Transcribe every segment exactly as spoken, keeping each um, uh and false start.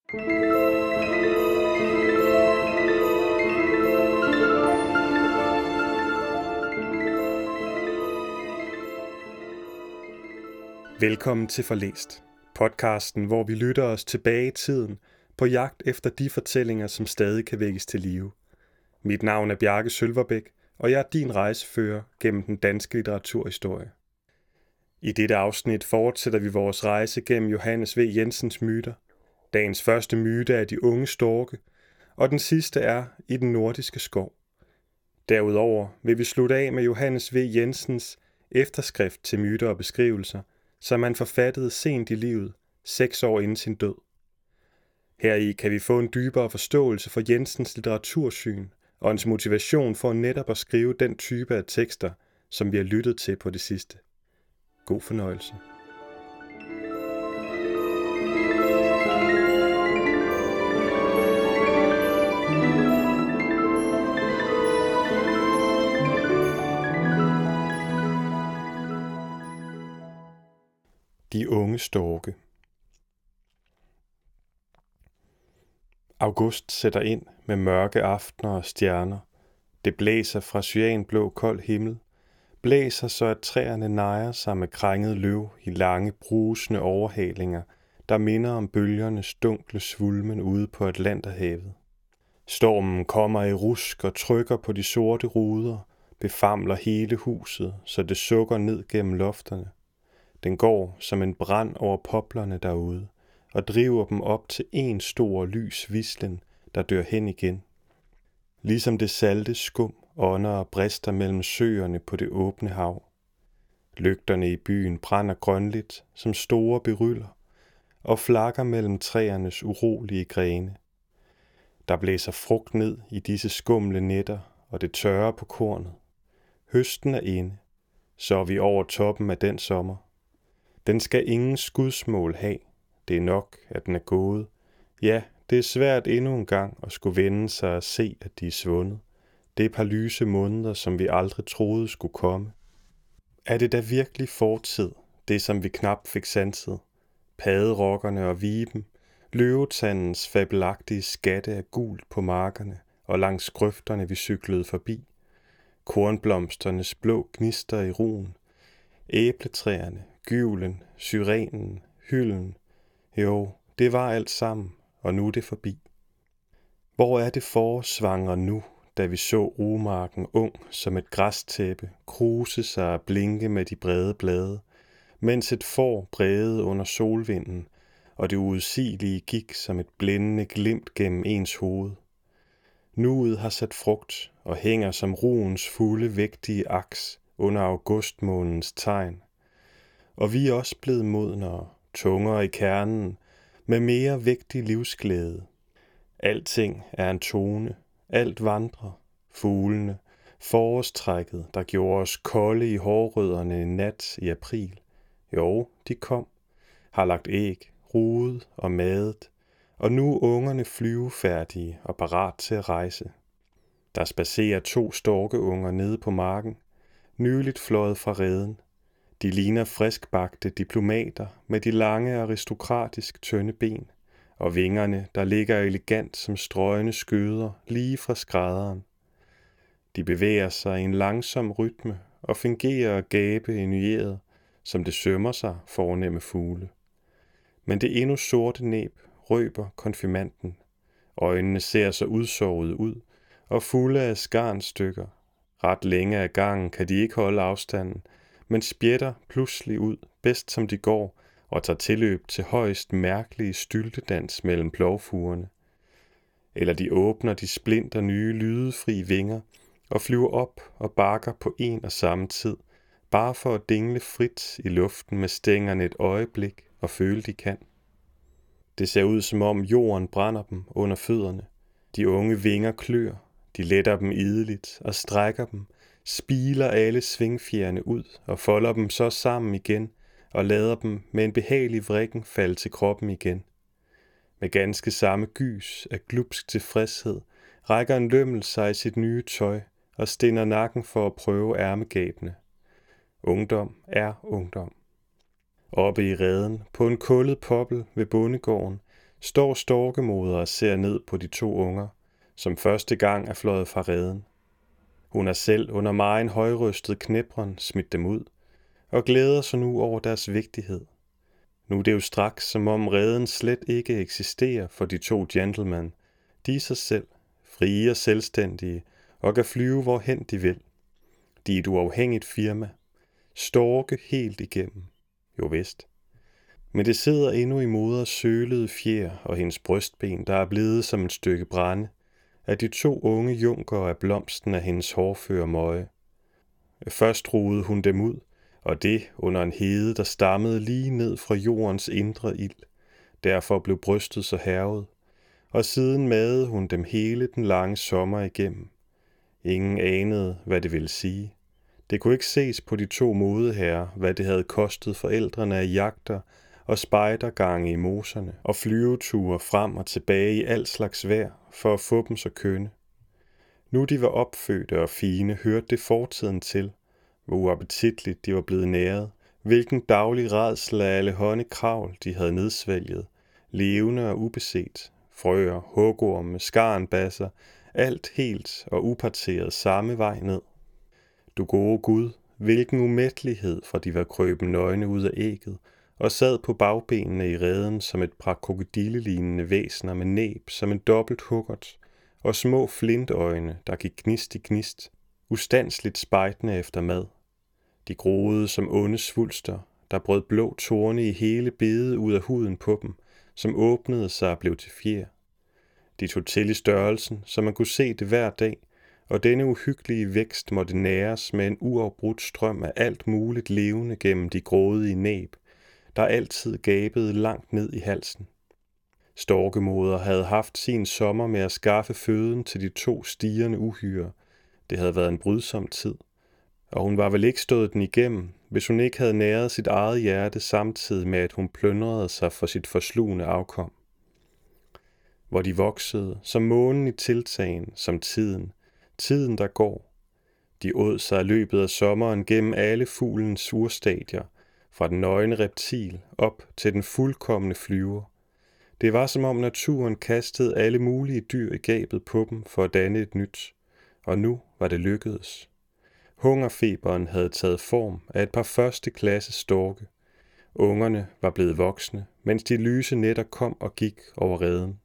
Velkommen til Forlæst, podcasten, hvor vi lytter os tilbage i tiden på jagt efter de fortællinger, som stadig kan vækkes til live. Mit navn er Bjarke Sølverbæk, og jeg er din rejsefører gennem den danske litteraturhistorie. I dette afsnit fortsætter vi vores rejse gennem Johannes V. Jensens myter. Dagens første myte er de unge storke, og den sidste er i den nordiske skov. Derudover vil vi slutte af med Johannes V. Jensens efterskrift til myter og beskrivelser, som han forfattede sent i livet, seks år inden sin død. Heri kan vi få en dybere forståelse for Jensens litteratursyn og hans motivation for netop at skrive den type af tekster, som vi har lyttet til på det sidste. God fornøjelse. De unge storke. August sætter ind med mørke aftener og stjerner. Det blæser fra cyanblå kold himmel. Blæser så, at træerne nejer sig med krænget løv i lange, brusende overhalinger, der minder om bølgernes dunkle svulmen ude på Atlanterhavet. Stormen kommer i rusk og trykker på de sorte ruder, befamler hele huset, så det sukker ned gennem lofterne. Den går som en brand over poplerne derude, og driver dem op til en stor lys vislen, der dør hen igen. Ligesom det salte skum ånder og brister mellem søerne på det åbne hav. Lygterne i byen brænder grønligt som store beryller, og flakker mellem træernes urolige grene. Der blæser frugt ned i disse skumle nætter, og det tørrer på kornet. Høsten er inde, så er vi over toppen af den sommer. Den skal ingen skudsmål have. Det er nok, at den er gået. Ja, det er svært endnu en gang at skulle vende sig og se, at de er svundet. Det er et par lyse måneder, som vi aldrig troede skulle komme. Er det da virkelig fortid, det som vi knap fik sanset? Padderokkerne og viben, løvetandens fabelagtige skatte af gult på markerne og langs grøfterne vi cyklede forbi. Kornblomsternes blå gnister i roen, æbletræerne, gyvlen, syrenen, hylden. Jo, det var alt sammen, og nu er det forbi. Hvor er det forårssvangre nu, da vi så rumarken ung som et græstæppe, kruse sig og blinke med de brede blade, mens et får bredede under solvinden, og det uudsigelige gik som et blændende glimt gennem ens hoved. Nuet har sat frugt og hænger som ruens fulde vægtige aks under augustmånens tegn. Og vi er også blevet modnere, tungere i kernen, med mere vægtig livsglæde. Alting er en tone, alt vandrer, fuglene, forårstrækket, der gjorde os kolde i hårrødderne en nat i april. Jo, de kom, har lagt æg, ruget og madet, og nu er ungerne flyvefærdige og parat til at rejse. Der spacerer to storkeunger nede på marken, nyligt fløjet fra reden. De ligner friskbagte diplomater med de lange aristokratisk tynde ben, og vingerne, der ligger elegant som strøgne skøder lige fra skrædderen. De bevæger sig i en langsom rytme og fungerer at gabe enuieret, som det sømmer sig fornemme fugle. Men det endnu sorte næb røber konfirmanden. Øjnene ser så udsovet ud og fulde af skarnstykker. Ret længe ad gangen kan de ikke holde afstanden, men spjætter pludselig ud, bedst som de går, og tager tilløb til højst mærkelige styltedans mellem plovfugerne. Eller de åbner de splinter nye lydefri vinger og flyver op og bakker på en og samme tid, bare for at dingle frit i luften med stængerne et øjeblik og føle de kan. Det ser ud som om jorden brænder dem under fødderne. De unge vinger klør, de letter dem ideligt og strækker dem, spiler alle svingfjerne ud og folder dem så sammen igen og lader dem med en behagelig vrikken falde til kroppen igen. Med ganske samme gys af glupsk tilfredshed rækker en lømmel sig i sit nye tøj og stinder nakken for at prøve ærmegabene. Ungdom er ungdom. Oppe i reden, på en kullet poppel ved bondegården, står storkemoder og ser ned på de to unger, som første gang er fløjet fra reden. Hun har selv under megen højrystet knæbren smidt dem ud, og glæder sig nu over deres vigtighed. Nu er det jo straks, som om reden slet ikke eksisterer for de to gentlemen. De er sig selv, frie og selvstændige, og kan flyve hvorhen de vil. De er et uafhængigt firma. Storke helt igennem. Jo vist. Men det sidder endnu i moders sølede fjer og hendes brystben, der er blevet som et stykke brænde, af de to unge junker af blomsten af hendes hårføre møje. Først ruede hun dem ud, og det under en hede, der stammede lige ned fra jordens indre ild. Derfor blev brystet så hærget, og siden madede hun dem hele den lange sommer igennem. Ingen anede, hvad det ville sige. Det kunne ikke ses på de to modeherrer, hvad det havde kostet forældrene af jagter og spejdergange i moserne og flyveture frem og tilbage i al slags vejr for at få dem så kønne. Nu de var opfødte og fine, hørte det fortiden til, hvor uappetitligt de var blevet næret, hvilken daglig rædsel af alle håndekravl de havde nedsvælget, levende og ubeset, frøer, hugorme, skarnbasser, alt helt og uparteret samme vej ned. Du gode Gud, hvilken umættelighed, fra de var krøben nøgne ud af ægget, og sad på bagbenene i reden som et par krokodillelignende væsener med næb som en dobbelt huggert, og små flintøjne, der gik gnist i gnist, ustandsligt spejtende efter mad. De groede som onde svulster, der brød blå torne i hele bedet ud af huden på dem, som åbnede sig og blev til fjer. De tog til i størrelsen, så man kunne se det hver dag, og denne uhyggelige vækst måtte næres med en uafbrudt strøm af alt muligt levende gennem de grådige næb, der altid gabede langt ned i halsen. Storkemoder havde haft sin sommer med at skaffe føden til de to stirrende uhyrer. Det havde været en brydsom tid, og hun var vel ikke stået den igennem, hvis hun ikke havde næret sit eget hjerte samtidig med, at hun plyndrede sig for sit forslugende afkom. Hvor de voksede, som månen i tiltagen, som tiden, tiden der går. De åd sig i løbet af sommeren gennem alle fuglens urstadier, fra den nøgne reptil op til den fuldkomne flyver. Det var som om naturen kastede alle mulige dyr i gabet på dem for at danne et nyt, og nu var det lykkedes. Hungerfeberen havde taget form af et par første klasse storke. Ungerne var blevet voksne, mens de lyse nætter kom og gik over reden.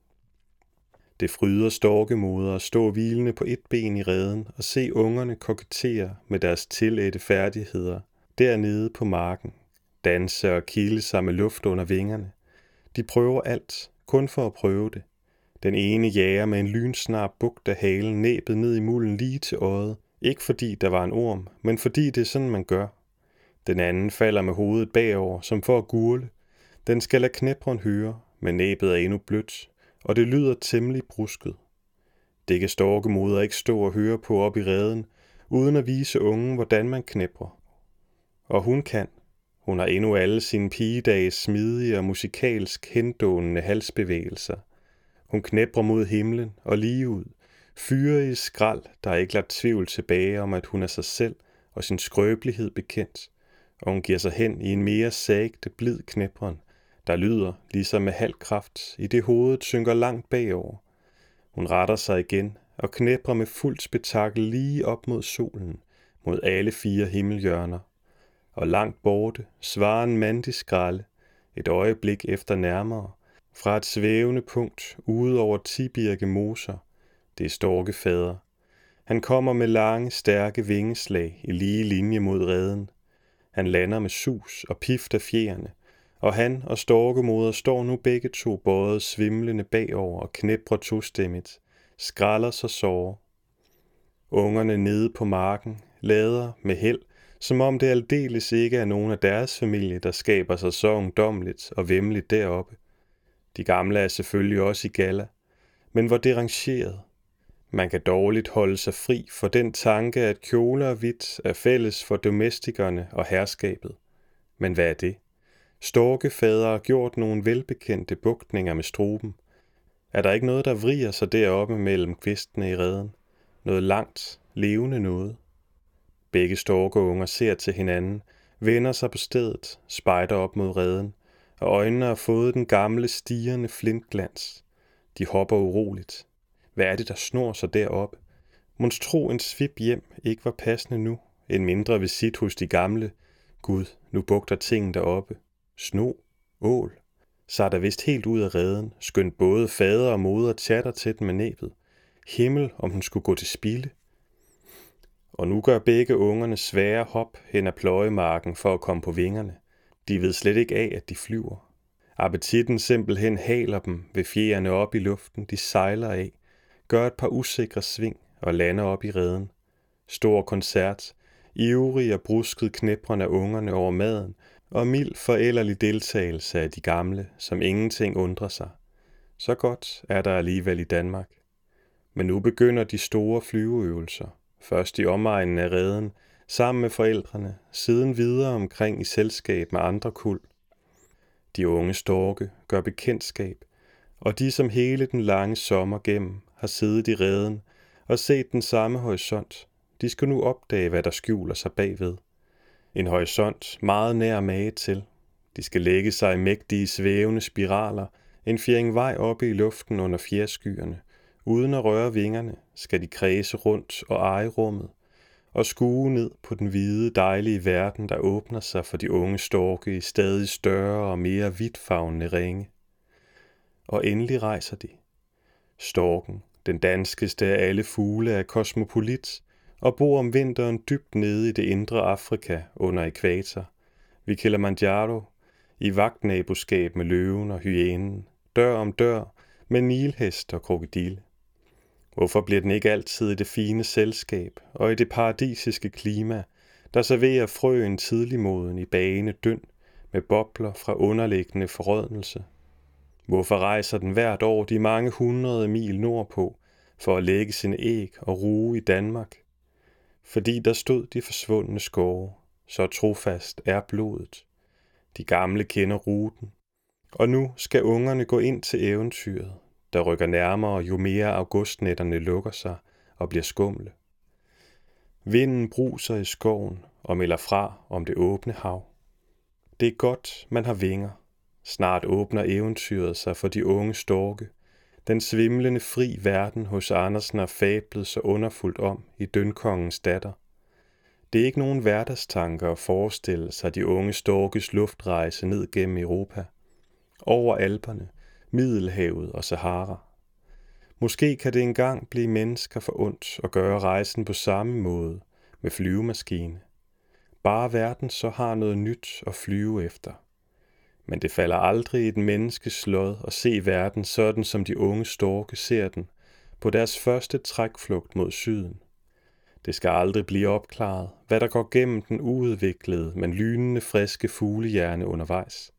Det fryder storkemoder at stå hvilende på et ben i reden og se ungerne kokettere med deres tillædte færdigheder dernede på marken, danse og kilde sig med luft under vingerne. De prøver alt, kun for at prøve det. Den ene jager med en lynsnarp bugt af halen næbet ned i mulden lige til øjet, ikke fordi der var en orm, men fordi det er sådan, man gør. Den anden falder med hovedet bagover, som for at gurle. Den skal lade knæbren høre, men næbet er endnu blødt, og det lyder temmelig brusket. Det kan storkemoder ikke stå og høre på op i reden, uden at vise ungen, hvordan man knæbrer. Og hun kan. Hun har endnu alle sine pigedages smidige og musikalsk hendånende halsbevægelser. Hun knæbrer mod himlen og lige ud, fyrer i skrald, der ikke lader tvivl tilbage om, at hun er sig selv og sin skrøbelighed bekendt, og hun giver sig hen i en mere sagte blid knæbren, der lyder ligesom med halv kraft, i det hovedet synker langt bagover. Hun retter sig igen og knæbrer med fuldt spektakel lige op mod solen, mod alle fire himmelhjørner. Og langt borte svarer en mandig skralde, et øjeblik efter nærmere, fra et svævende punkt ude over Tibirke moser. Det er storkefader. Han kommer med lange, stærke vingeslag i lige linje mod reden. Han lander med sus og pift af fjerne, og han og storkemoder står nu begge to bøjet svimlende bagover og knæbrer tostemmigt, skralder så såre. Ungerne nede på marken lader med held, som om det aldeles ikke er nogen af deres familie, der skaber sig så ungdommeligt og væmmeligt deroppe. De gamle er selvfølgelig også i galla, men hvor derangeret. Man kan dårligt holde sig fri for den tanke, at kjoler og hvidt er fælles for domestikerne og herskabet. Men hvad er det? Storkefader har gjort nogle velbekendte bugtninger med struben. Er der ikke noget, der vrier sig deroppe mellem kvistene i reden? Noget langt, levende noget? Begge storkeunger ser til hinanden, vender sig på stedet, spejder op mod reden, og øjnene har fået den gamle stirrende flintglans. De hopper uroligt. Hvad er det, der snor sig deroppe? Monstro en svip hjem ikke var passende nu, en mindre visit hos de gamle. Gud, nu bugter ting deroppe. Sno, ål, så er der vist helt ud af reden, skønt både fader og moder chatter til den med næbet. Himmel, om hun skulle gå til spilde. Og nu gør begge ungerne svære hop hen ad pløjemarken for at komme på vingerne. De ved slet ikke af, at de flyver. Appetitten simpelthen haler dem ved fjerne op i luften, de sejler af, gør et par usikre sving og lander op i reden. Stor koncert, ivrig og brusket knæbrende af ungerne over maden, og mild forældrelig deltagelse af de gamle, som ingenting undrer sig. Så godt er der alligevel i Danmark. Men nu begynder de store flyveøvelser, først i omegnen af reden, sammen med forældrene, siden videre omkring i selskab med andre kuld. De unge storke gør bekendtskab, og de som hele den lange sommer gennem har siddet i reden og set den samme horisont, de skal nu opdage, hvad der skjuler sig bagved. En horisont meget nær mage til. De skal lægge sig i mægtige svævende spiraler, en fjering vej oppe i luften under fjerskyerne. Uden at røre vingerne skal de kredse rundt og eje rummet, og skue ned på den hvide, dejlige verden, der åbner sig for de unge storke i stadig større og mere vidtfavnende ringe. Og endelig rejser de. Storken, den danskeste af alle fugle, er kosmopolit og bor om vinteren dybt nede i det indre Afrika under ækvator, ved Kilimanjaro, i vagtnaboskab med løven og hyænen, dør om dør med nilhest og krokodille. Hvorfor bliver den ikke altid i det fine selskab og i det paradisiske klima, der serverer frøen tidligmoden i bagende dynd med bobler fra underliggende forrådnelse? Hvorfor rejser den hvert år de mange hundrede mil nordpå for at lægge sine æg og ruge i Danmark? Fordi der stod de forsvundne skove, så trofast er blodet. De gamle kender ruten, og nu skal ungerne gå ind til eventyret, der rykker nærmere, jo mere augustnætterne lukker sig og bliver skumle. Vinden bruser i skoven og melder fra om det åbne hav. Det er godt, man har vinger. Snart åbner eventyret sig for de unge storke. Den svimlende fri verden hos Andersen er fablet så underfuldt om i Dønkongens datter. Det er ikke nogen hverdagstanker at forestille sig de unge storkes luftrejse ned gennem Europa, over Alperne, Middelhavet og Sahara. Måske kan det engang blive mennesker for ondt at gøre rejsen på samme måde med flyvemaskine. Bare verden så har noget nyt at flyve efter. Men det falder aldrig i et menneskes slod at se verden sådan, som de unge storke ser den, på deres første trækflugt mod syden. Det skal aldrig blive opklaret, hvad der går gennem den uudviklede, men lynende friske fuglehjerne undervejs.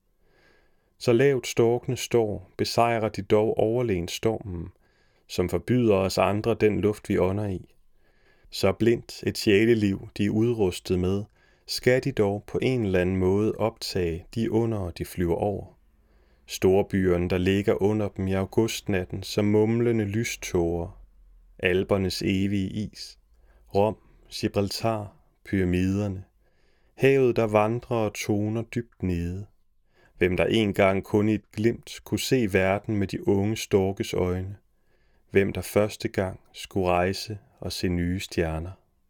Så lavt storkene står, besejrer de dog overlegent stormen, som forbyder os andre den luft, vi ånder i. Så blindt et sjæleliv, de er udrustet med, skal de dog på en eller anden måde optage de under, de flyver over. Storbyerne, der ligger under dem i augustnatten som mumlende lyståger, Alpernes evige is, Rom, Gibraltar, pyramiderne, havet, der vandrer og toner dybt nede. Hvem der engang kun i et glimt kunne se verden med de unge storkes øjne. Hvem der første gang skulle rejse og se nye stjerner.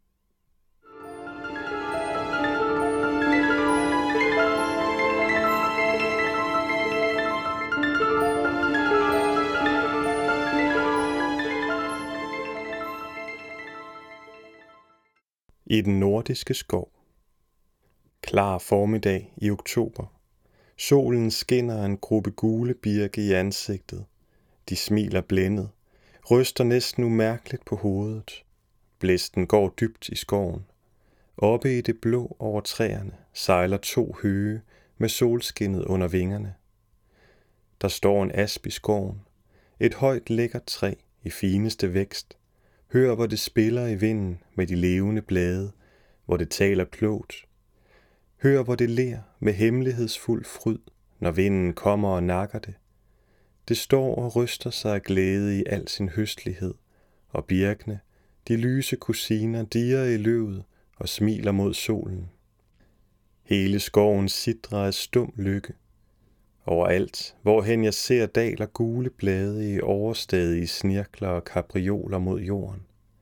I den nordiske skov. Klar formiddag i oktober. Solen skinner en gruppe gule birke i ansigtet. De smiler blændet, ryster næsten umærkeligt på hovedet. Blæsten går dybt i skoven. Oppe i det blå over træerne sejler to høge med solskinnet under vingerne. Der står en asp i skoven, et højt lækkert træ i fineste vækst. Hør, hvor det spiller i vinden med de levende blade, hvor det taler klogt. Hør, hvor det ler med hemmelighedsfuld fryd, når vinden kommer og nakker det. Det står og ryster sig af glæde i al sin høstlighed, og birkene, de lyse kusiner, dirrer i løvet og smiler mod solen. Hele skoven sidrer af stum lykke, Overalt, hvorhen jeg ser daler gule blade i overstadige snirkler og kaprioler mod jorden.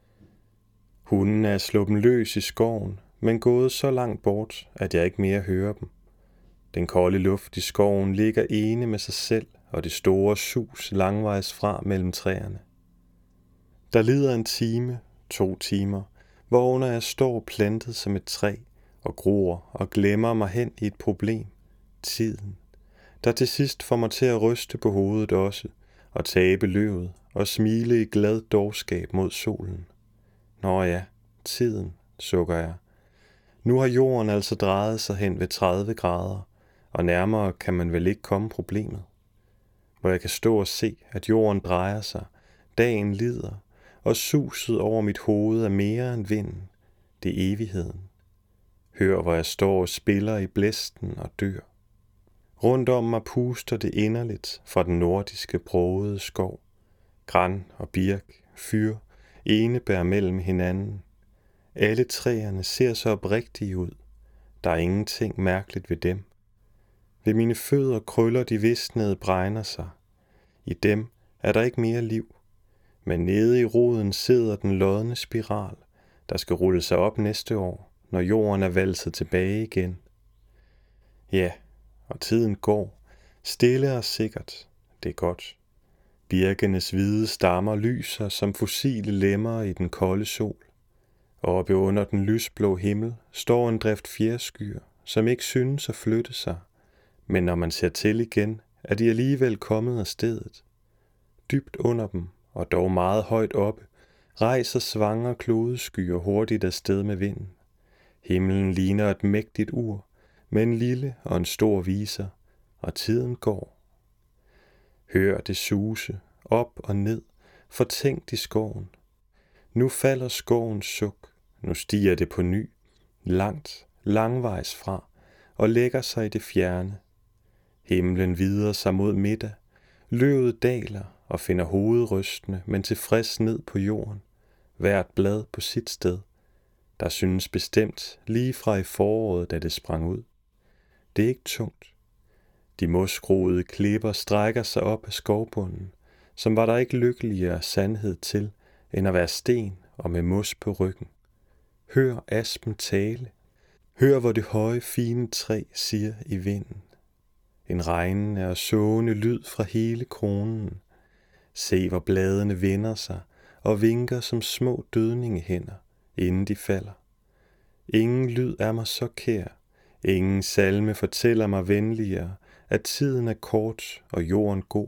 Hundene er sluppet løs i skoven, men gået så langt bort, at jeg ikke mere hører dem. Den kolde luft i skoven ligger ene med sig selv, og det store sus langvejs fra mellem træerne. Der lider en time, to timer, hvorunder jeg står plantet som et træ og gror og glemmer mig hen i et problem, tiden, der til sidst får mig til at ryste på hovedet også, og tabe løvet og smile i glad dårskab mod solen. Nå ja, tiden, sukker jeg. Nu har jorden altså drejet sig hen ved tredive grader, og nærmere kan man vel ikke komme problemet. Hvor jeg kan stå og se, at jorden drejer sig, dagen lider, og suset over mit hoved er mere end vinden, det er evigheden. Hør, hvor jeg står og spiller i blæsten og dør. Rundt om mig puster det inderligt fra den nordiske brogede skov. Gran og birk, fyr, enebær mellem hinanden. Alle træerne ser så oprigtige ud. Der er ingenting mærkeligt ved dem. Ved mine fødder krøller de visnede bregner sig. I dem er der ikke mere liv. Men nede i roden sidder den lodne spiral, der skal rulle sig op næste år, når jorden er valset tilbage igen. Ja, og tiden går, stille og sikkert, det er godt. Birkenes hvide stammer lyser som fossile lemmer i den kolde sol. Oppe under den lysblå himmel står en drift fjerskyer, som ikke synes at flytte sig, men når man ser til igen, er de alligevel kommet af stedet. Dybt under dem, og dog meget højt oppe, rejser svanger klodeskyer hurtigt afsted med vinden. Himlen ligner et mægtigt ur, med en lille og en stor viser, og tiden går. Hør det suse, op og ned, fortænkt i skoven. Nu falder skovens suk, nu stiger det på ny, langt, langvejs fra, og lægger sig i det fjerne. Himlen vider sig mod middag, løvet daler og finder hovedet rystende, men tilfreds ned på jorden, hvert blad på sit sted. Der synes bestemt lige fra i foråret, da det sprang ud. Det er ikke tungt. De mosgroede klipper strækker sig op af skovbunden, som var der ikke lykkeligere sandhed til, end at være sten og med mos på ryggen. Hør aspen tale. Hør, hvor det høje, fine træ siger i vinden. En regnende og sående lyd fra hele kronen. Se, hvor bladene vender sig og vinker som små dødningehænder, inden de falder. Ingen lyd er mig så kær. Ingen salme fortæller mig venligere, at tiden er kort og jorden god.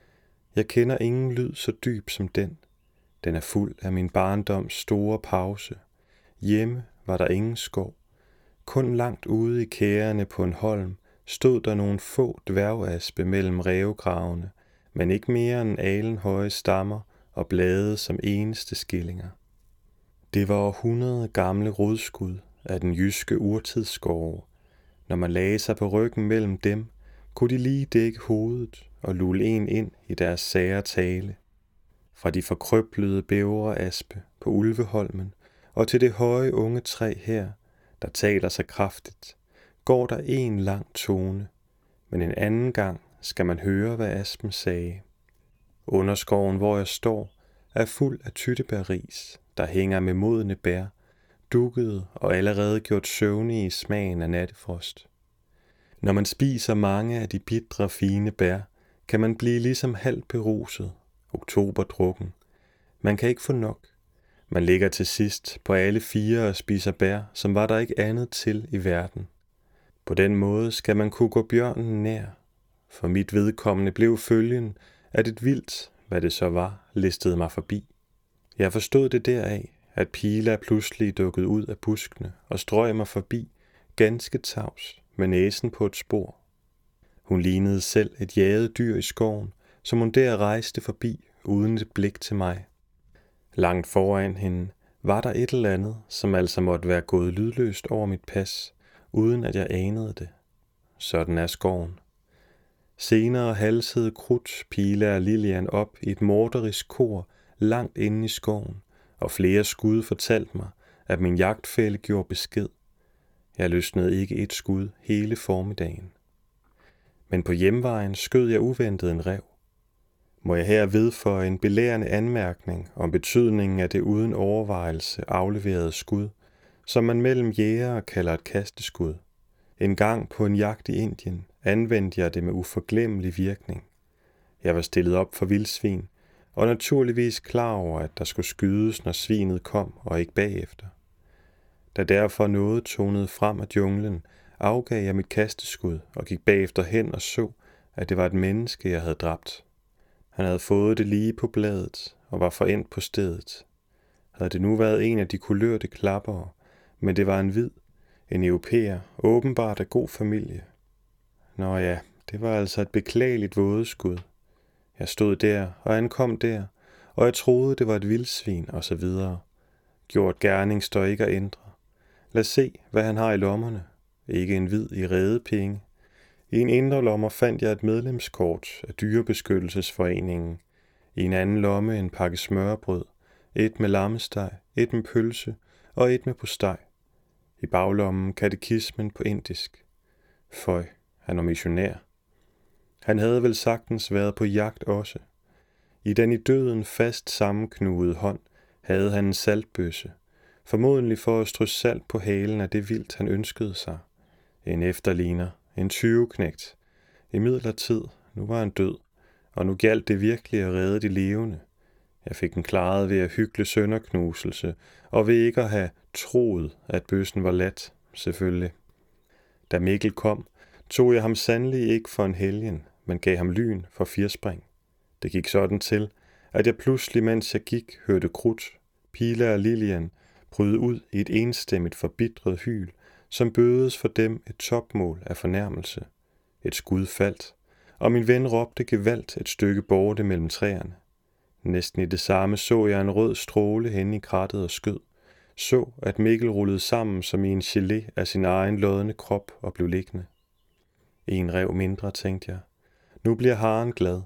Jeg kender ingen lyd så dyb som den. Den er fuld af min barndoms store pause. Hjemme var der ingen skov. Kun langt ude i kærene på en holm stod der nogle få dværgaspe mellem rævegravene, men ikke mere end alenhøje stammer og blade som eneste skillinger. Det var århundrede gamle rodskud af den jyske urtidsskove. Når man lagde sig på ryggen mellem dem, kunne de lige dække hovedet og lulle en ind i deres sære tale. Fra de forkrøblede bævreaspe på Ulveholmen og til det høje unge træ her, der taler sig kraftigt, går der en lang tone, men en anden gang skal man høre, hvad aspen sagde. Underskoven, hvor jeg står, er fuld af tyttebærris, der hænger med modne bær, dukkede og allerede gjort søvnige i smagen af nattefrost. Når man spiser mange af de bitre, fine bær, kan man blive ligesom halvt beruset, oktoberdrukken. Man kan ikke få nok. Man ligger til sidst på alle fire og spiser bær, som var der ikke andet til i verden. På den måde skal man kunne gå bjørnen nær. For mit vedkommende blev følgen, at et vildt, hvad det så var, listede mig forbi. Jeg forstod det deraf, at Pila pludselig dukkede ud af buskene og strøg mig forbi, ganske tavs, med næsen på et spor. Hun lignede selv et jaget dyr i skoven, som hun der rejste forbi, uden et blik til mig. Langt foran hende var der et eller andet, som altså måtte være gået lydløst over mit pas, uden at jeg anede det. Sådan er skoven. Senere halsede Krudt, Pila og Lilian op i et morderisk kor langt inde i skoven, og flere skud fortalte mig, at min jagtfælle gjorde besked. Jeg løsnede ikke et skud hele formiddagen. Men på hjemvejen skød jeg uventet en ræv. Må jeg her vedføje en belærende anmærkning om betydningen af det uden overvejelse afleverede skud, som man mellem jægere kalder et kasteskud. En gang på en jagt i Indien anvendte jeg det med uforglemmelig virkning. Jeg var stillet op for vildsvin, og naturligvis klar over, at der skulle skydes, når svinet kom, og ikke bagefter. Da derfor noget tonede frem af junglen, afgav jeg mit kasteskud og gik bagefter hen og så, at det var et menneske, jeg havde dræbt. Han havde fået det lige på bladet og var forændt på stedet. Havde det nu været en af de kulørte klappere, men det var en hvid, en europæer, åbenbart af god familie. Nå ja, det var altså et beklageligt vådeskud. Jeg stod der, og han kom der, og jeg troede, det var et vildsvin, og så videre. Gjort gerning står ikke at ændre. Lad se, hvad han har i lommerne. Ikke en hvid i redepenge. I en indre lommer fandt jeg et medlemskort af Dyrebeskyttelsesforeningen. I en anden lomme en pakke smørbrød, et med lammesteg, et med pølse og et med postej. I baglommen katekismen på indisk. Føj, han var missionær. Han havde vel sagtens været på jagt også. I den i døden fast sammenknudede hånd havde han en saltbøsse, formodentlig for at strø salt på halen af det vildt, han ønskede sig. En efterligner, en tyveknægt. Imidlertid, nu var han død, og nu gjaldt det virkelig at redde de levende. Jeg fik den klaret ved at hykle sønderknuselse, og ved ikke at have troet, at bøssen var lat, selvfølgelig. Da Mikkel kom, tog jeg ham sandelig ikke for en helgen, men gav ham lyn for firspring. Det gik sådan til, at jeg pludselig, mens jeg gik, hørte Krudt, Pila og Lilian bryde ud i et enstemmigt forbitret hyl, som bødes for dem et topmål af fornærmelse. Et skud faldt, og min ven råbte gevalt et stykke borte mellem træerne. Næsten i det samme så jeg en rød stråle hen i krattet og skød. Så, at Mikkel rullede sammen som i en gelé af sin egen lodne krop og blev liggende. En rev mindre, tænkte jeg. Nu bliver haren glad.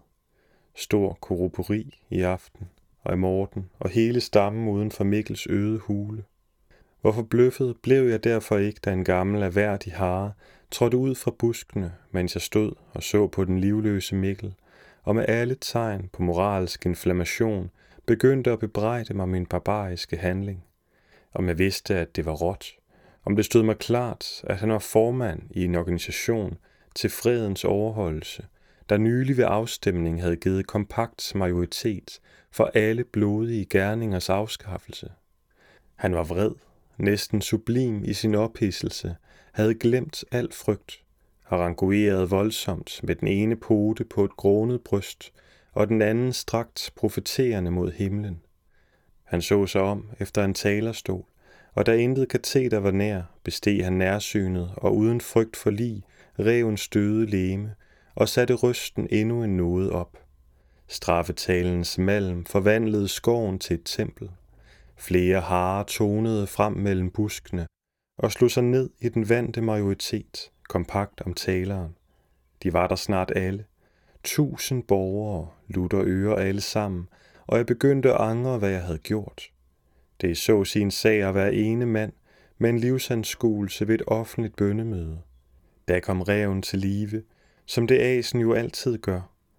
Stor korrobori i aften og i morgen og hele stammen uden for Mikkels øde hule. Hvorfor bløffet blev jeg derfor ikke, da en gammel erhverdig hare trådte ud fra buskene, mens jeg stod og så på den livløse Mikkel, og med alle tegn på moralsk inflammation begyndte at bebrejde mig min barbariske handling. Om jeg vidste, at det var råt, om det stod mig klart, at han var formand i en organisation til fredens overholdelse, der nylig ved afstemning havde givet kompakt majoritet for alle blodige gerningers afskaffelse. Han var vred, næsten sublim i sin ophidselse, havde glemt al frygt, harangueret voldsomt med den ene pote på et grånet bryst og den anden strakt profeterende mod himlen. Han så sig om efter en talerstol, og da intet kateter var nær, besteg han nærsynet og uden frygt for lig revens døde legeme og satte røsten endnu en nåde op. Straffetalens malm forvandlede skoven til et tempel. Flere harer tonede frem mellem buskene og slog sig ned i den vante majoritet, kompakt om taleren. De var der snart alle. Tusind borgere, lutter ører alle sammen, og jeg begyndte at angre, hvad jeg havde gjort. Det så sin sag at være ene mand med en livsanskuelse ved et offentligt bønnemøde. Da kom ræven til live, som det asen jo altid gør.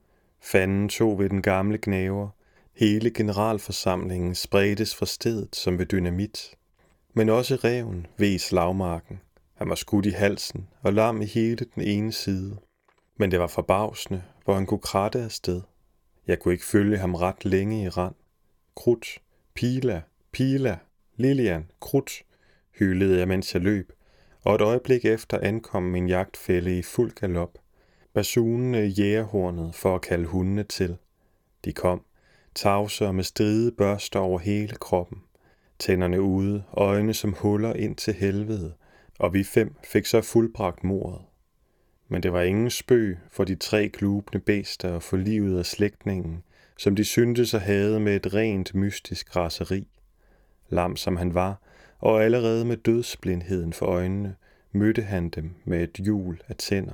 Fanden tog ved den gamle gnaver. Hele generalforsamlingen spredtes fra stedet som ved dynamit. Men også ræven ved slagmarken. Han var skudt i halsen og lam i hele den ene side. Men det var forbavsende, hvor han kunne kratte afsted. Jeg kunne ikke følge ham ret længe i rand. Krudt, Pila, Pila, Lilian, Krudt, hylede jeg, mens jeg løb, og et øjeblik efter ankom min jagtfælle i fuld galop, basunende jægerhornet for at kalde hundene til. De kom, tavse og med stride børster over hele kroppen, tænderne ude, øjne som huller ind til helvede, og vi fem fik så fuldbragt mordet. Men det var ingen spøg for de tre glubne bæster og for livet af slægtningen, som de syntes at have med et rent mystisk raseri. Lam som han var, og allerede med dødsblindheden for øjnene, mødte han dem med et hjul af tænder.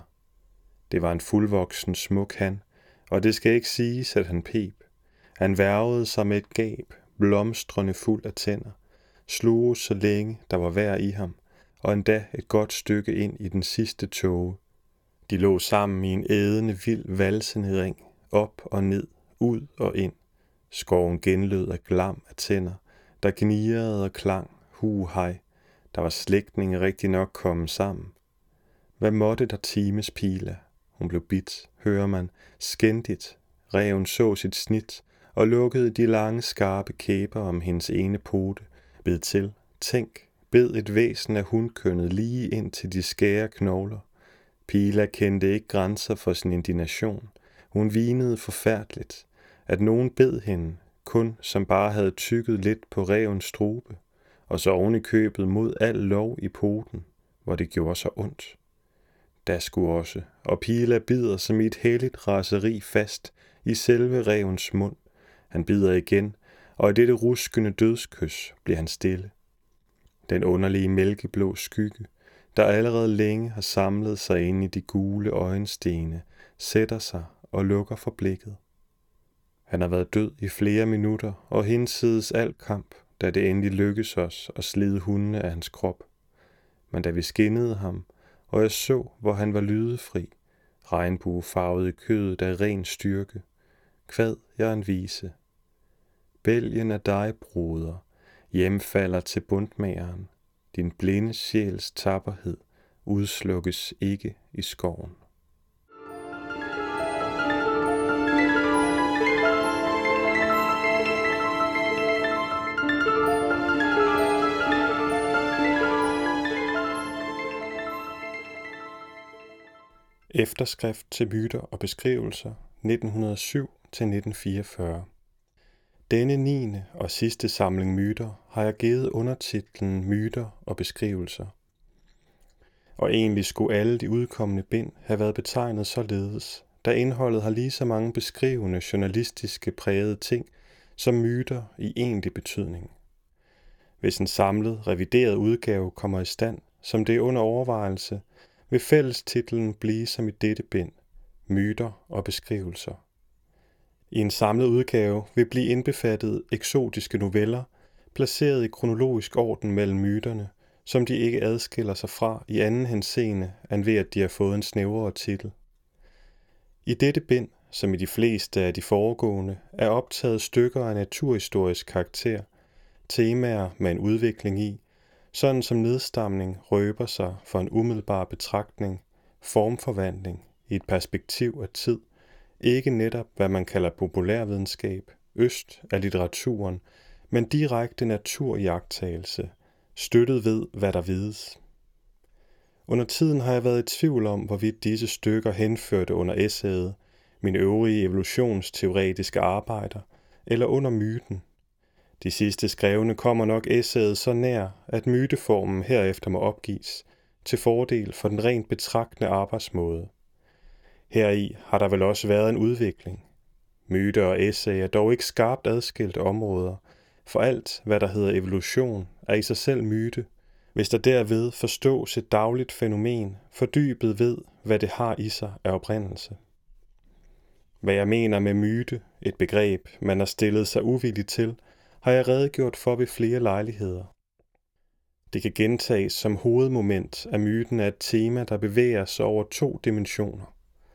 Det var en fuldvoksen smuk han, og det skal ikke siges, at han pep. Han værvede sig med et gab, blomstrende fuld af tænder, slog så længe der var vejr i ham, og endda et godt stykke ind i den sidste tåge. De lå sammen i en ædende vild valsende ring, op og ned, ud og ind. Skoven genlød af glam af tænder, der gnirrede og klang, hu hej. Der var slægtninge rigtig nok kommet sammen. Hvad måtte der times pile? Hun blev bidt, hører man, skændigt. Ræven så sit snit og lukkede de lange, skarpe kæber om hendes ene pote, bed til, tænk, bed et væsen af hundkønnet lige ind til de skære knogler. Pila kendte ikke grænser for sin indignation. Hun hvinede forfærdeligt, at nogen bed hende, kun som bare havde tykket lidt på rævens strube, og så oven i købet mod al lov i poten, hvor det gjorde så ondt. Da skulle også, og Pila bider som i et helligt raseri fast i selve rævens mund. Han bider igen, og i dette ruskende dødskys bliver han stille. Den underlige mælkeblå skygge, der allerede længe har samlet sig inde i de gule øjenstene, sætter sig og lukker for blikket. Han har været død i flere minutter, og hinsides al kamp, da det endelig lykkes os at slide hundene af hans krop. Men da vi skinnede ham, og jeg så, hvor han var lydefri, regnbuefarvet i kødet af ren styrke, kvad jeg en vise. Bælgen af dig, broder, hjemfalder til bundmageren. Din blinde sjæls tapperhed udslukkes ikke i skoven. Efterskrift til myter og beskrivelser nitten hundrede og syv til nitten fireogfyrre. Denne niende og sidste samling myter har jeg givet undertitlen Myter og beskrivelser. Og egentlig skulle alle de udkommende bind have været betegnet således, da indholdet har lige så mange beskrivende journalistiske prægede ting som myter i egentlig betydning. Hvis en samlet, revideret udgave kommer i stand, som det er under overvejelse, vil fællestitlen blive som i dette bind, Myter og beskrivelser. I en samlet udgave vil blive indbefattet eksotiske noveller, placeret i kronologisk orden mellem myterne, som de ikke adskiller sig fra i anden henseende, end ved at de har fået en snævrere titel. I dette bind, som i de fleste af de foregående, er optaget stykker af naturhistorisk karakter, temaer med en udvikling i, sådan som nedstamning røber sig for en umiddelbar betragtning, formforvandling i et perspektiv af tid, ikke netop hvad man kalder populærvidenskab, øst af litteraturen, men direkte naturiagttagelse, støttet ved, hvad der vides. Under tiden har jeg været i tvivl om, hvorvidt disse stykker henførte under essayet, mine øvrige evolutionsteoretiske arbejder, eller under myten. De sidste skrevne kommer nok essayet så nær, at myteformen herefter må opgives, til fordel for den rent betragtende arbejdsmåde. Heri har der vel også været en udvikling. Myte og essay er dog ikke skarpt adskilte områder, for alt, hvad der hedder evolution, er i sig selv myte, hvis der derved forstås et dagligt fænomen, fordybet ved, hvad det har i sig af oprindelse. Hvad jeg mener med myte, et begreb, man har stillet sig uvilligt til, har jeg redegjort for ved flere lejligheder. Det kan gentages som hovedmoment, at myten er et tema, der bevæger sig over to dimensioner.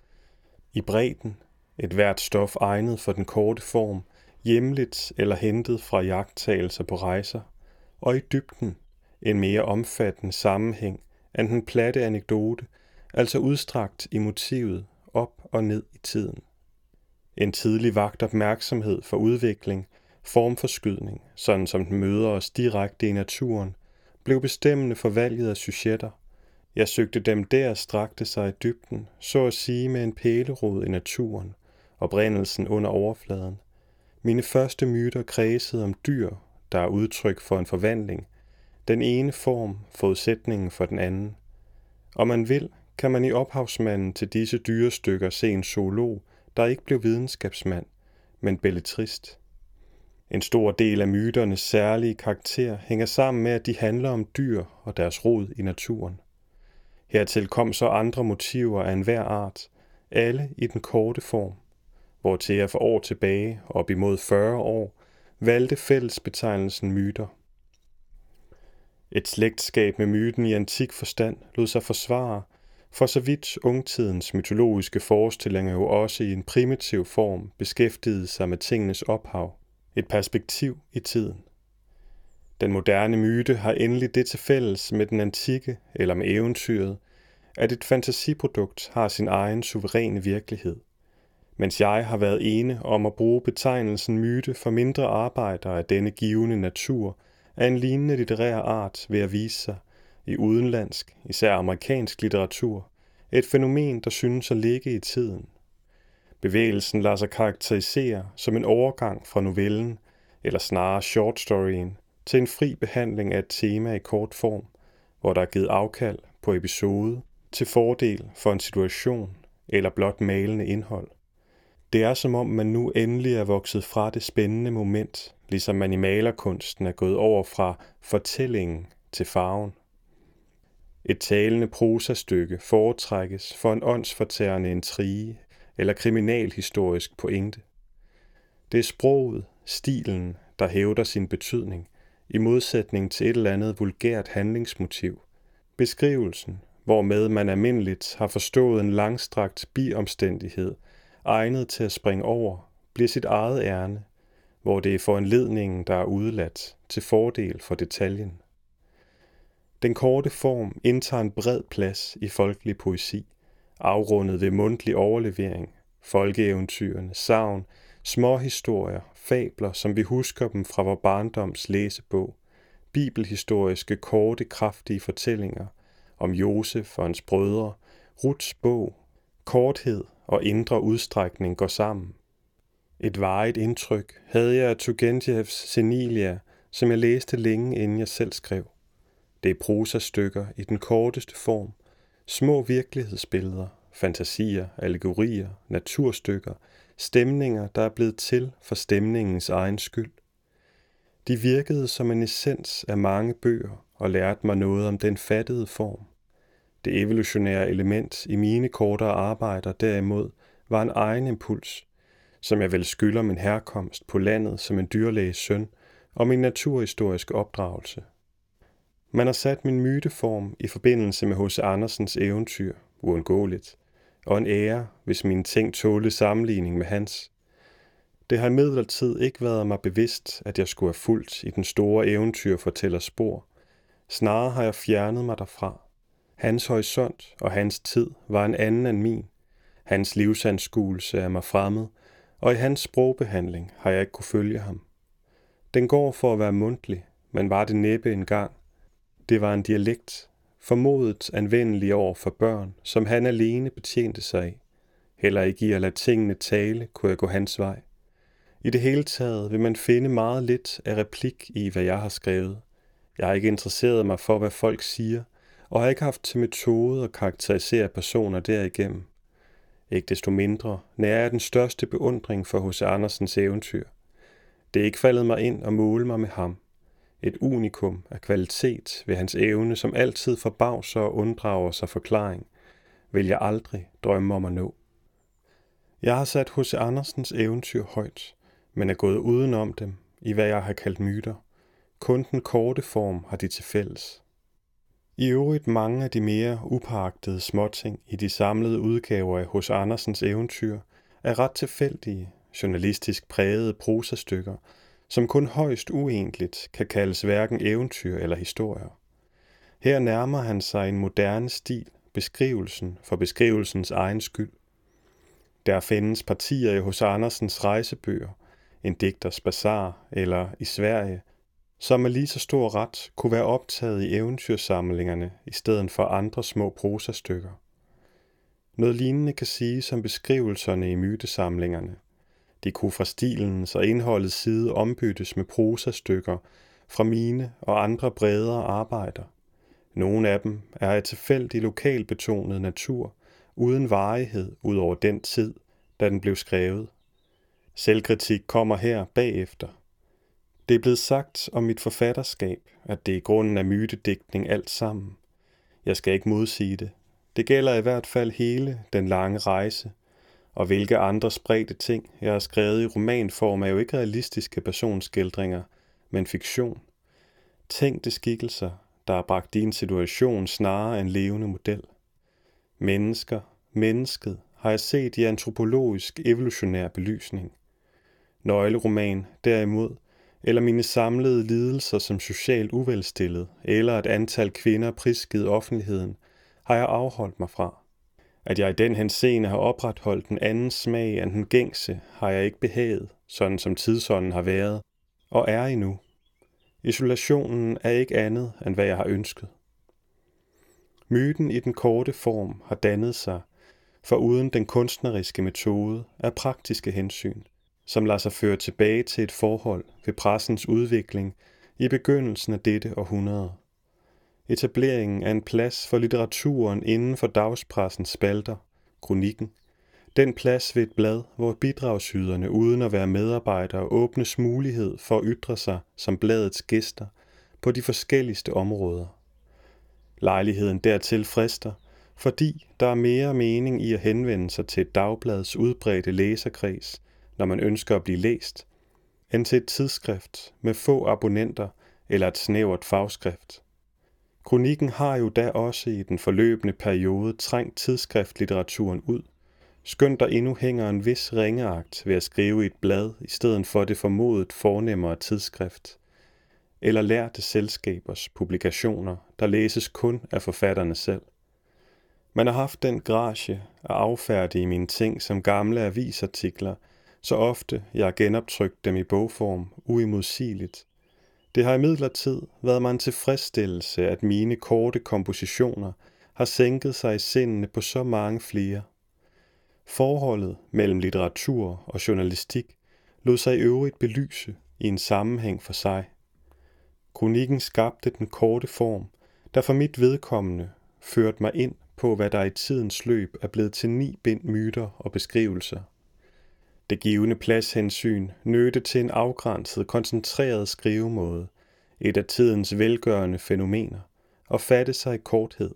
I bredden, et hvert stof egnet for den korte form, hjemligt eller hentet fra jagttagelser på rejser, og i dybden, en mere omfattende sammenhæng end den platte anekdote, altså udstrakt i motivet op og ned i tiden. En tidlig vagt opmærksomhed for udvikling, formforskydning, sådan som den møder os direkte i naturen, blev bestemmende for valget af sujetter. Jeg søgte dem der strakte sig i dybden, så at sige med en pælerod i naturen, oprindelsen under overfladen. Mine første myter kredsede om dyr, der er udtryk for en forvandling, den ene form forudsætningen for den anden. Om man vil, kan man i ophavsmanden til disse dyrestykker se en zoolog, der ikke blev videnskabsmand, men belletrist. En stor del af myternes særlige karakter hænger sammen med, at de handler om dyr og deres rod i naturen. Hertil kom så andre motiver af enhver art, alle i den korte form, hvortil jeg for år tilbage, op imod fyrre år, valgte fællesbetegnelsen myter. Et slægtskab med myten i antik forstand lod sig forsvare, For så vidt ungtidens mytologiske forestillinger jo også i en primitiv form beskæftigede sig med tingenes ophav, et perspektiv i tiden. Den moderne myte har endelig det til fælles med den antikke eller med eventyret, at et fantasiprodukt har sin egen suveræne virkelighed, mens jeg har været ene om at bruge betegnelsen myte for mindre arbejder af denne givende natur af en lignende litterær art ved at vise sig i udenlandsk, især amerikansk litteratur, et fænomen, der synes at ligge i tiden. Bevægelsen lader sig karakterisere som en overgang fra novellen, eller snarere short storyen, til en fri behandling af et tema i kort form, hvor der er givet afkald på episode til fordel for en situation eller blot malende indhold. Det er som om man nu endelig er vokset fra det spændende moment, ligesom man i malerkunsten er gået over fra fortællingen til farven. Et talende prosastykke foretrækkes for en åndsfortærende intrige eller kriminalhistorisk pointe. Det er sproget, stilen, der hævder sin betydning, i modsætning til et eller andet vulgært handlingsmotiv. Beskrivelsen, hvormed man almindeligt har forstået en langstrakt biomstændighed, egnet til at springe over, bliver sit eget ærne, hvor det er foranledningen, der er udeladt, til fordel for detaljen. Den korte form indtager en bred plads i folkelig poesi, afrundet ved mundtlig overlevering, folkeeventyrene, sagn, småhistorier, fabler, som vi husker dem fra vor barndoms læsebog, bibelhistoriske, korte, kraftige fortællinger om Josef og hans brødre, Ruths bog, korthed og indre udstrækning går sammen. Et varigt indtryk havde jeg af Turgenjevs Senilia, som jeg læste længe inden jeg selv skrev. Det er prosastykker i den korteste form, små virkelighedsbilleder, fantasier, allegorier, naturstykker, stemninger, der er blevet til for stemningens egen skyld. De virkede som en essens af mange bøger og lærte mig noget om den fattede form. Det evolutionære element i mine kortere arbejder derimod var en egen impuls, som jeg vel skylder min herkomst på landet som en dyrlæges søn og min naturhistoriske opdragelse. Man har sat min myteform i forbindelse med H C Andersens eventyr, uundgåeligt, og en ære, hvis mine ting tålte sammenligning med hans. Det har imidlertid ikke været mig bevidst, at jeg skulle have fulgt i den store eventyrfortællers spor. Snarere har jeg fjernet mig derfra. Hans horisont og hans tid var en anden end min. Hans livsanskuelse er mig fremmed, og i hans sprogbehandling har jeg ikke kunne følge ham. Den går for at være mundtlig, men var det næppe engang. Det var en dialekt, formodet anvendelig over for børn, som han alene betjente sig af. Heller ikke i at lade tingene tale, kunne jeg gå hans vej. I det hele taget vil man finde meget lidt af replik i, hvad jeg har skrevet. Jeg har ikke interesseret mig for, hvad folk siger, og har ikke haft til metode at karakterisere personer derigennem. Ikke desto mindre nærer jeg den største beundring for H C Andersens eventyr. Det er ikke faldet mig ind at måle mig med ham. Et unikum af kvalitet ved hans evne, som altid forbavser og unddrager sig forklaring, vil jeg aldrig drømme om at nå. Jeg har sat H C Andersens eventyr højt, men er gået udenom dem i hvad jeg har kaldt myter. Kun den korte form har de til fælles. I øvrigt mange af de mere upåagtede småting i de samlede udgaver af H C Andersens eventyr er ret tilfældige, journalistisk prægede prosastykker, som kun højst uegentligt kan kaldes hverken eventyr eller historier. Her nærmer han sig en moderne stil, beskrivelsen for beskrivelsens egen skyld. Der findes partier i H C Andersens rejsebøger, en digters bazar eller i Sverige, som med lige så stor ret kunne være optaget i eventyrsamlingerne i stedet for andre små prosastykker. Noget lignende kan siges om beskrivelserne i mytesamlingerne. De kunne fra stilens og indholdets side ombyttes med prosastykker fra mine og andre bredere arbejder. Nogle af dem er af tilfældig lokalbetonet natur, uden varighed ud over den tid, da den blev skrevet. Selvkritik kommer her bagefter. Det er blevet sagt om mit forfatterskab, at det i grunden er mytedigtning alt sammen. Jeg skal ikke modsige det. Det gælder i hvert fald hele den lange rejse, og hvilke andre spredte ting, jeg har skrevet i romanform, er jo ikke realistiske personskildringer, men fiktion. Tænkte skikkelser, der har bragt din situation snarere en levende model. Mennesker, mennesket, har jeg set i antropologisk evolutionær belysning. Nøgleroman, derimod, eller mine samlede lidelser som socialt uvelstillet, eller et antal kvinder prisgivet offentligheden, har jeg afholdt mig fra. At jeg i den henseende har opretholdt en anden smag end den gængse, har jeg ikke behaget, sådan som tidsånden har været, og er endnu. Isolationen er ikke andet, end hvad jeg har ønsket. Myten i den korte form har dannet sig, for uden den kunstneriske metode af praktiske hensyn, som lader sig føre tilbage til et forhold ved pressens udvikling i begyndelsen af dette århundrede. Etableringen af en plads for litteraturen inden for dagspressens spalter, kronikken, den plads ved et blad, hvor bidragsyderne uden at være medarbejdere åbnes mulighed for at ytre sig som bladets gæster på de forskelligste områder. Lejligheden dertil frister, fordi der er mere mening i at henvende sig til et dagblads udbredte læserkreds, når man ønsker at blive læst, end til et tidsskrift med få abonnenter eller et snævert fagskrift. Kronikken har jo da også i den forløbende periode trængt tidsskriftlitteraturen ud, skønt der endnu hænger en vis ringeagt ved at skrive i et blad i stedet for det formodet fornemmere tidsskrift, eller lærte selskabers publikationer, der læses kun af forfatterne selv. Man har haft den gracie at affærdige mine ting som gamle avisartikler, så ofte jeg har genoptrykt dem i bogform uimodsigeligt. Det har imidlertid været mig en tilfredsstillelse, at mine korte kompositioner har sænket sig i sindene på så mange flere. Forholdet mellem litteratur og journalistik lod sig i øvrigt belyse i en sammenhæng for sig. Kronikken skabte den korte form, der for mit vedkommende førte mig ind på, hvad der i tidens løb er blevet til ni bind myter og beskrivelser. Det givende pladshensyn nødte til en afgrænset, koncentreret skrivemåde, et af tidens velgørende fænomener, og fatte sig i korthed.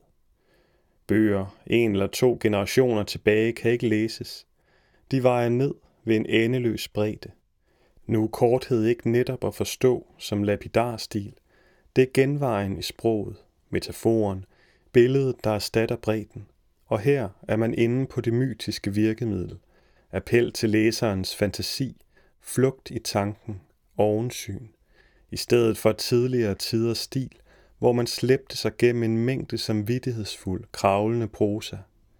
Bøger, en eller to generationer tilbage, kan ikke læses. De vejer ned ved en endeløs bredde. Nu er korthed ikke netop at forstå som lapidarstil. Det er genvejen i sproget, metaforen, billedet, der erstatter bredden. Og her er man inde på det mytiske virkemiddel. Appel til læserens fantasi, flugt i tanken, ovensyn, i stedet for tidligere tiders stil, hvor man slæbte sig gennem en mængde samvittighedsfuld, kravlende prosa.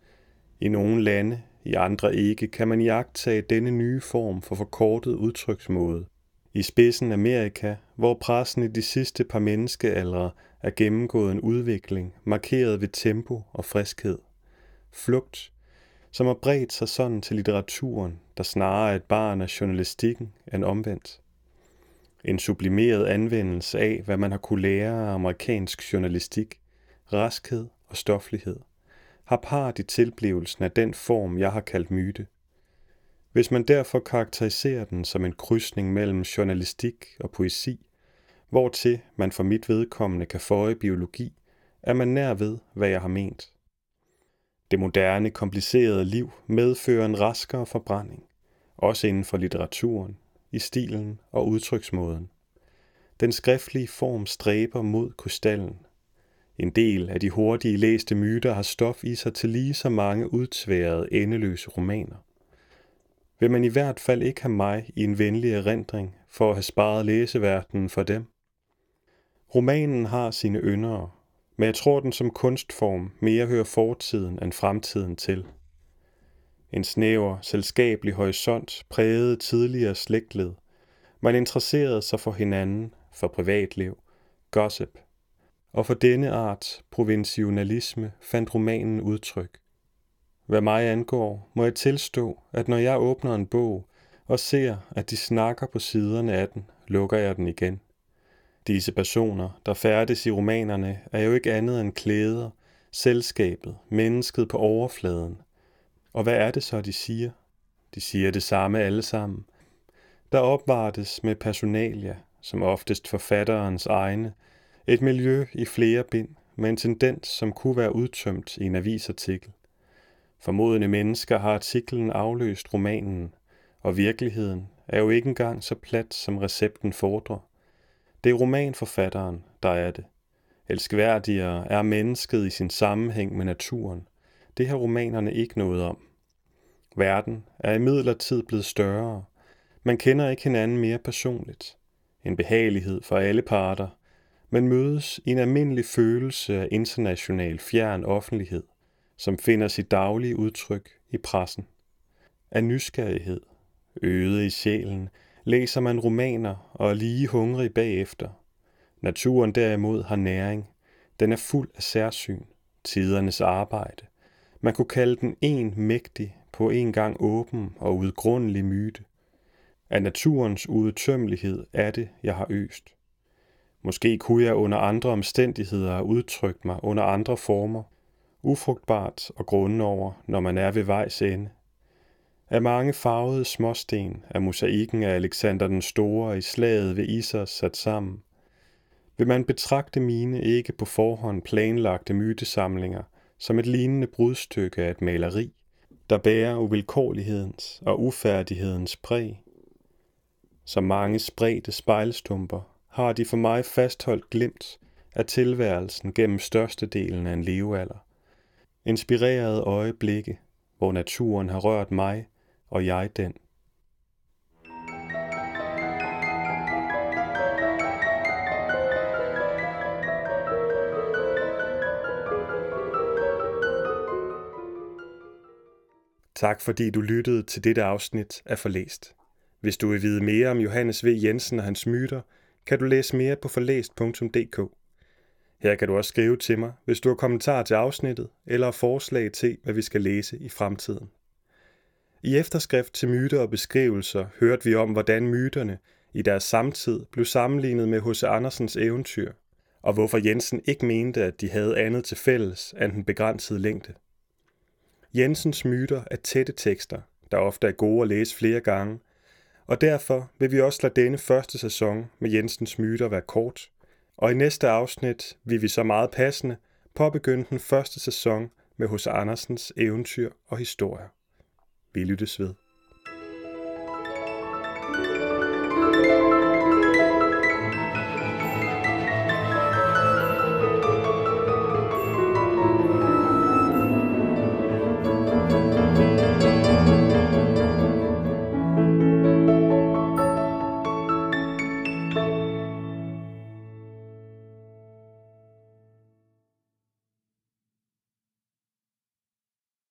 I nogle lande, i andre ikke, kan man iagttage denne nye form for forkortet udtryksmåde. I spidsen Amerika, hvor pressen i de sidste par menneskealdre er gennemgået en udvikling, markeret ved tempo og friskhed. Flugt, som har bredt sig sådan til litteraturen, der snarere er et barn af journalistikken end omvendt. En sublimeret anvendelse af, hvad man har kunne lære af amerikansk journalistik, raskhed og stoflighed, har part i tilblivelsen af den form, jeg har kaldt myte. Hvis man derfor karakteriserer den som en krydsning mellem journalistik og poesi, hvortil man for mit vedkommende kan føje biologi, er man nær ved, hvad jeg har ment. Det moderne, komplicerede liv medfører en raskere forbrænding, også inden for litteraturen, i stilen og udtryksmåden. Den skriftlige form stræber mod krystallen. En del af de hurtige læste myter har stof i sig til lige så mange udtværede, endeløse romaner. Vil man i hvert fald ikke have mig i en venlig erindring for at have sparet læseverdenen for dem? Romanen har sine yndere, men jeg tror den som kunstform mere hører fortiden end fremtiden til. En snæver, selskabelig horisont prægede tidligere slægtled. Man interesserede sig for hinanden, for privatliv, gossip. Og for denne art provintionalisme fandt romanen udtryk. Hvad mig angår, må jeg tilstå, at når jeg åbner en bog og ser, at de snakker på siderne af den, lukker jeg den igen. Disse personer, der færdes i romanerne, er jo ikke andet end klæder, selskabet, mennesket på overfladen. Og hvad er det så, de siger? De siger det samme alle sammen. Der opvartes med personalia, som oftest forfatterens egne, et miljø i flere bind med en tendens, som kunne være udtømt i en avisartikel. Formodende mennesker har artiklen afløst romanen, og virkeligheden er jo ikke engang så plat, som recepten fordrer. Det er romanforfatteren, der er det. Elskværdigere er mennesket i sin sammenhæng med naturen. det har romanerne ikke noget om. Verden er imidlertid blevet større. Man kender ikke hinanden mere personligt. En behagelighed for alle parter. Man mødes i en almindelig følelse af international fjern offentlighed, som finder sit daglige udtryk i pressen. Af nysgerrighed, øget i sjælen, læser man romaner og er lige hungrig bagefter. Naturen derimod har næring. Den er fuld af særsyn, tidernes arbejde. Man kunne kalde den en mægtig, på en gang åben og udgrundelig myte. Af naturens udtømmelighed er det, jeg har øst. Måske kunne jeg under andre omstændigheder have udtrykt mig under andre former, ufrugtbart og grunde over, når man er ved vejs ende. Af mange farvede småsten er mosaikken af Alexander den Store i slaget ved Issos sat sammen. Vil man betragte mine ikke på forhånd planlagte mytesamlinger som et lignende brudstykke af et maleri, der bærer uvilkårlighedens og ufærdighedens præg? Som mange spredte spejlstumper har de for mig fastholdt glimt af tilværelsen gennem størstedelen af en levealder. Inspirerede øjeblikke, hvor naturen har rørt mig, og jeg den. Tak fordi du lyttede til dette afsnit af Forlæst. Hvis du vil vide mere om Johannes V. Jensen og hans myter, kan du læse mere på forlæst punktum d k. Her kan du også skrive til mig, hvis du har kommentarer til afsnittet eller forslag til, hvad vi skal læse i fremtiden. I efterskrift til myter og beskrivelser hørte vi om, hvordan myterne i deres samtid blev sammenlignet med H C Andersens eventyr, og hvorfor Jensen ikke mente, at de havde andet til fælles end den begrænsede længde. Jensens myter er tætte tekster, der ofte er gode at læse flere gange, og derfor vil vi også lade denne første sæson med Jensens myter være kort, og i næste afsnit vil vi så meget passende påbegynde den første sæson med H C Andersens eventyr og historier. Vi lyttes ved.